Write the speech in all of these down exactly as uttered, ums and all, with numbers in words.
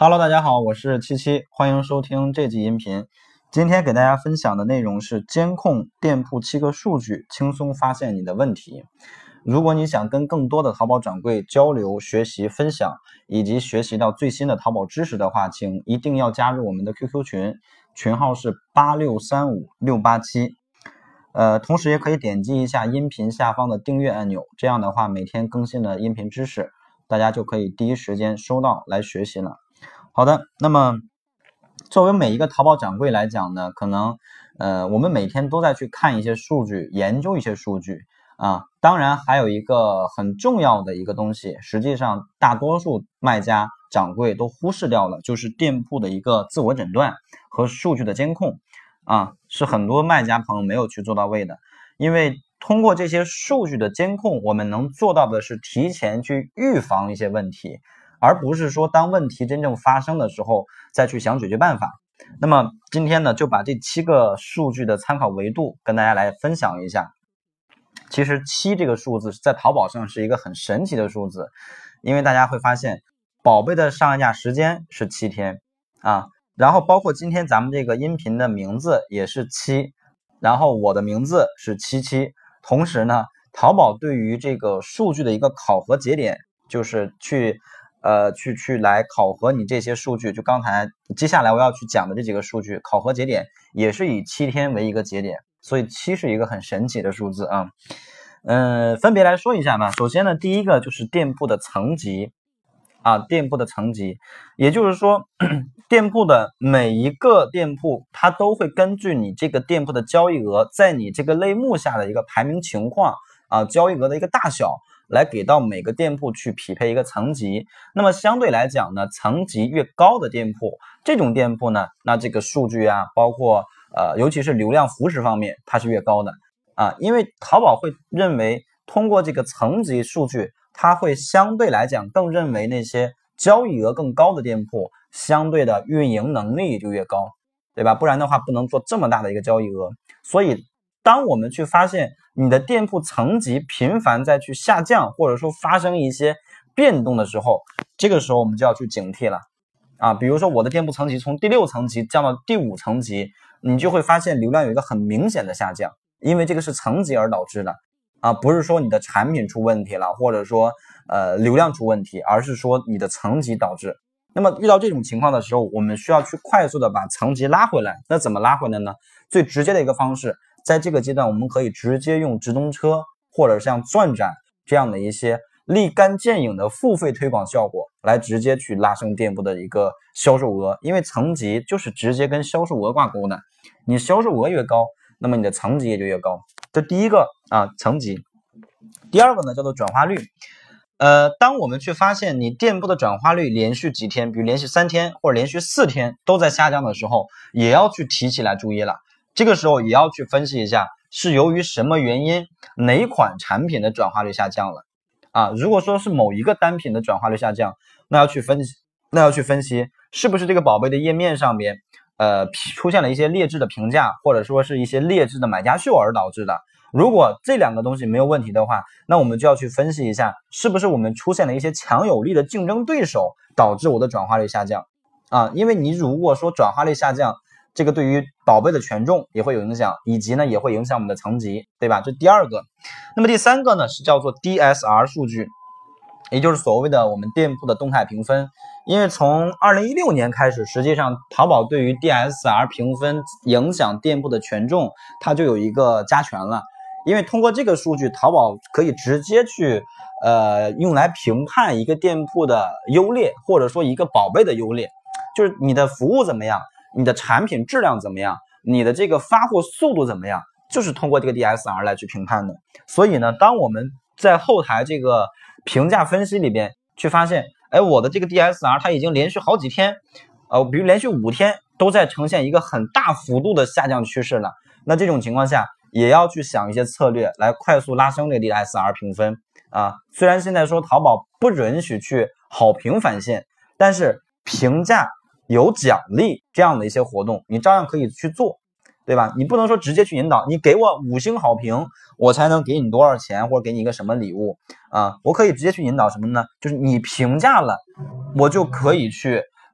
Hello， 大家好，我是七七，欢迎收听这集音频。今天给大家分享的内容是监控店铺七个数据，轻松发现你的问题。如果你想跟更多的淘宝掌柜交流、学习、分享，以及学习到最新的淘宝知识的话，请一定要加入我们的 Q Q 群，群号是八六三五六八七。呃，同时也可以点击一下音频下方的订阅按钮，这样的话每天更新的音频知识，大家就可以第一时间收到来学习了。好的，那么作为每一个淘宝掌柜来讲呢，可能呃我们每天都在去看一些数据，研究一些数据啊。当然还有一个很重要的一个东西，实际上大多数卖家掌柜都忽视掉了，就是店铺的一个自我诊断和数据的监控啊，是很多卖家朋友没有去做到位的。因为通过这些数据的监控，我们能做到的是提前去预防一些问题，而不是说当问题真正发生的时候再去想解决办法。那么今天呢，就把这七个数据的参考维度跟大家来分享一下。其实七这个数字在淘宝上是一个很神奇的数字，因为大家会发现宝贝的上架时间是七天啊，然后包括今天咱们这个音频的名字也是七，然后我的名字是七七。同时呢，淘宝对于这个数据的一个考核节点，就是去呃，去去来考核你这些数据，就刚才接下来我要去讲的这几个数据，考核节点也是以七天为一个节点，所以七是一个很神奇的数字啊。嗯，分别来说一下吧。首先呢，第一个就是店铺的层级啊，店铺的层级，也就是说，店铺的每一个店铺，它都会根据你这个店铺的交易额，在你这个类目下的一个排名情况啊，交易额的一个大小，来给到每个店铺去匹配一个层级。那么相对来讲呢，层级越高的店铺，这种店铺呢，那这个数据啊，包括呃，尤其是流量扶持方面，它是越高的啊，因为淘宝会认为通过这个层级数据，它会相对来讲更认为那些交易额更高的店铺，相对的运营能力就越高，对吧？不然的话不能做这么大的一个交易额。所以当我们去发现你的店铺层级频繁在去下降，或者说发生一些变动的时候，这个时候我们就要去警惕了啊。比如说我的店铺层级从第六层级降到第五层级，你就会发现流量有一个很明显的下降，因为这个是层级而导致的啊，不是说你的产品出问题了，或者说呃流量出问题，而是说你的层级导致。那么遇到这种情况的时候，我们需要去快速的把层级拉回来。那怎么拉回来呢？最直接的一个方式，在这个阶段我们可以直接用直通车或者像钻展这样的一些立竿见影的付费推广效果，来直接去拉升店铺的一个销售额。因为层级就是直接跟销售额挂钩的，你销售额越高，那么你的层级也就越高。这第一个啊，层级。第二个呢，叫做转化率。呃，当我们去发现你店铺的转化率连续几天，比如连续三天或者连续四天都在下降的时候，也要去提起来注意了。这个时候也要去分析一下，是由于什么原因，哪款产品的转化率下降了啊？如果说是某一个单品的转化率下降，那要去分析，那要去分析是不是这个宝贝的页面上边呃出现了一些劣质的评价，或者说是一些劣质的买家秀而导致的。如果这两个东西没有问题的话，那我们就要去分析一下，是不是我们出现了一些强有力的竞争对手导致我的转化率下降啊？因为你如果说转化率下降，这个对于宝贝的权重也会有影响，以及呢也会影响我们的层级，对吧？这第二个。那么第三个呢是叫做 D S R 数据，也就是所谓的我们店铺的动态评分。因为从二零一六年开始，实际上淘宝对于 D S R 评分影响店铺的权重，它就有一个加权了。因为通过这个数据，淘宝可以直接去呃用来评判一个店铺的优劣，或者说一个宝贝的优劣，就是你的服务怎么样，你的产品质量怎么样，你的这个发货速度怎么样，就是通过这个 D S R 来去评判的。所以呢，当我们在后台这个评价分析里边去发现，哎，我的这个 D S R 它已经连续好几天，呃，比如连续五天都在呈现一个很大幅度的下降趋势了，那这种情况下也要去想一些策略来快速拉升这个 D S R 评分啊。虽然现在说淘宝不允许去好评返现，但是评价有奖励这样的一些活动，你照样可以去做，对吧？你不能说直接去引导，你给我五星好评，我才能给你多少钱，或者给你一个什么礼物啊？我可以直接去引导什么呢？就是你评价了，我就可以去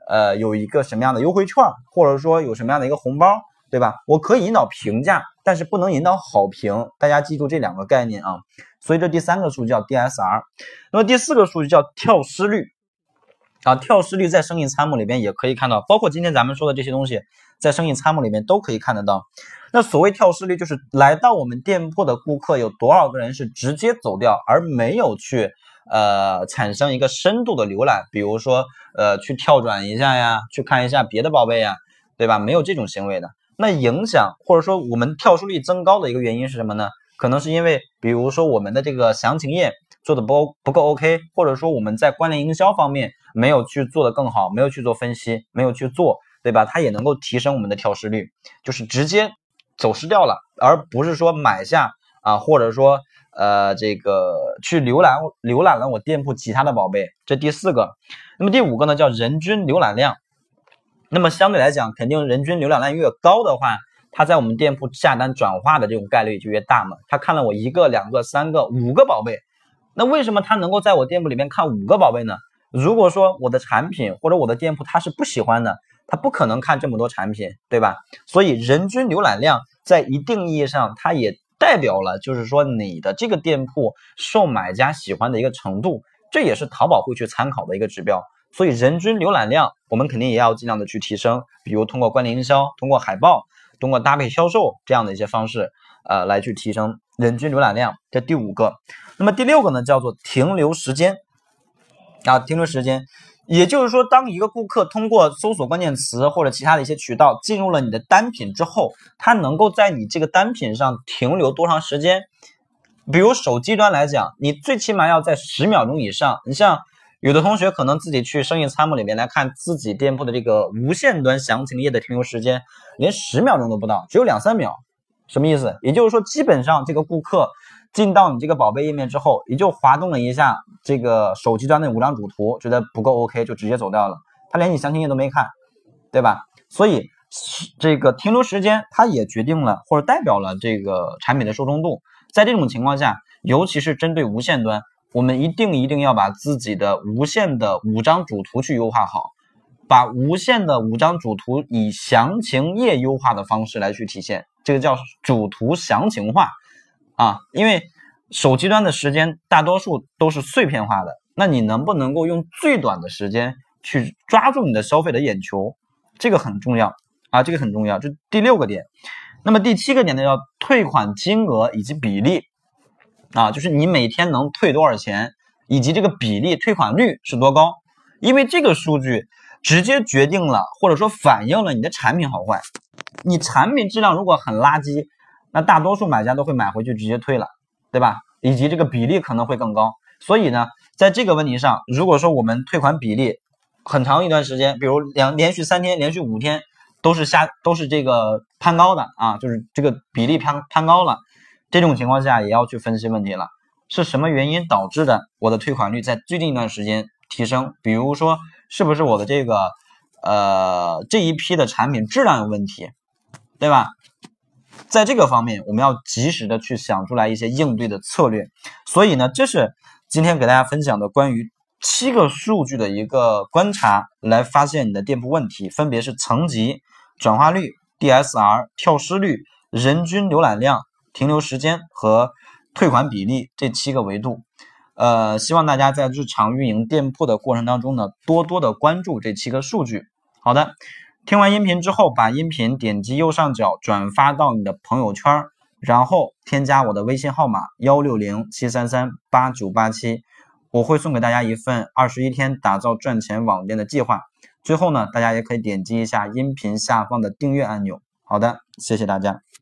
呃有一个什么样的优惠券，或者说有什么样的一个红包，对吧？我可以引导评价，但是不能引导好评，大家记住这两个概念啊。所以这第三个数据叫 D S R， 那么第四个数据叫跳失率啊，跳失率在生意参谋里边也可以看到，包括今天咱们说的这些东西，在生意参谋里面都可以看得到。那所谓跳失率，就是来到我们店铺的顾客有多少个人是直接走掉，而没有去呃产生一个深度的浏览，比如说呃去跳转一下呀，去看一下别的宝贝呀，对吧？没有这种行为的。那影响或者说我们跳失率增高的一个原因是什么呢？可能是因为比如说我们的这个详情页做的不不够 OK， 或者说我们在关联营销方面没有去做的更好，没有去做分析，没有去做，对吧？它也能够提升我们的跳失率，就是直接走失掉了，而不是说买下啊，或者说呃这个去浏览浏览了我店铺其他的宝贝。这第四个。那么第五个呢叫人均浏览量。那么相对来讲，肯定人均浏览量越高的话，他在我们店铺下单转化的这种概率就越大嘛。他看了我一个、两个、三个、五个宝贝，那为什么他能够在我店铺里面看五个宝贝呢？如果说我的产品或者我的店铺他是不喜欢的，他不可能看这么多产品，对吧？所以人均浏览量在一定意义上，它也代表了就是说你的这个店铺受买家喜欢的一个程度，这也是淘宝会去参考的一个指标。所以人均浏览量我们肯定也要尽量的去提升，比如通过关联营销，通过海报，通过搭配销售这样的一些方式呃，来去提升人均浏览量。这第五个。那么第六个呢叫做停留时间啊，停留时间也就是说，当一个顾客通过搜索关键词或者其他的一些渠道进入了你的单品之后，他能够在你这个单品上停留多长时间。比如手机端来讲，你最起码要在十秒钟以上。你像有的同学可能自己去生意参谋里面来看自己店铺的这个无线端详情页的停留时间，连十秒钟都不到，只有两三秒。什么意思？也就是说，基本上这个顾客进到你这个宝贝页面之后，也就滑动了一下这个手机端的五张主图，觉得不够 OK 就直接走掉了，他连你详情页都没看，对吧？所以这个停留时间它也决定了或者代表了这个产品的受众度。在这种情况下，尤其是针对无线端，我们一定一定要把自己的无线的五张主图去优化好，把无线的五张主图以详情页优化的方式来去体现，这个叫主图详情化啊。因为手机端的时间大多数都是碎片化的，那你能不能够用最短的时间去抓住你的消费的眼球，这个很重要啊，这个很重要。这第六个点。那么第七个点呢，叫退款金额以及比例啊，就是你每天能退多少钱，以及这个比例退款率是多高。因为这个数据直接决定了或者说反映了你的产品好坏。你产品质量如果很垃圾，那大多数买家都会买回去直接退了，对吧？以及这个比例可能会更高。所以呢，在这个问题上，如果说我们退款比例很长一段时间，比如两连续三天、连续五天都是下都是这个攀高的啊，就是这个比例攀攀高了，这种情况下也要去分析问题了，是什么原因导致的我的退款率在最近一段时间提升？比如说是不是我的这个呃这一批的产品质量有问题，对吧？在这个方面我们要及时的去想出来一些应对的策略。所以呢，这是今天给大家分享的关于七个数据的一个观察，来发现你的店铺问题，分别是层级、转化率、D S R、跳失率、人均浏览量、停留时间和退款比例这七个维度。呃，希望大家在日常运营店铺的过程当中呢，多多的关注这七个数据。好的，听完音频之后，把音频点击右上角转发到你的朋友圈，然后添加我的微信号码幺六零七三三八九八七。我会送给大家一份二十一天打造赚钱网店的计划。最后呢，大家也可以点击一下音频下方的订阅按钮。好的，谢谢大家。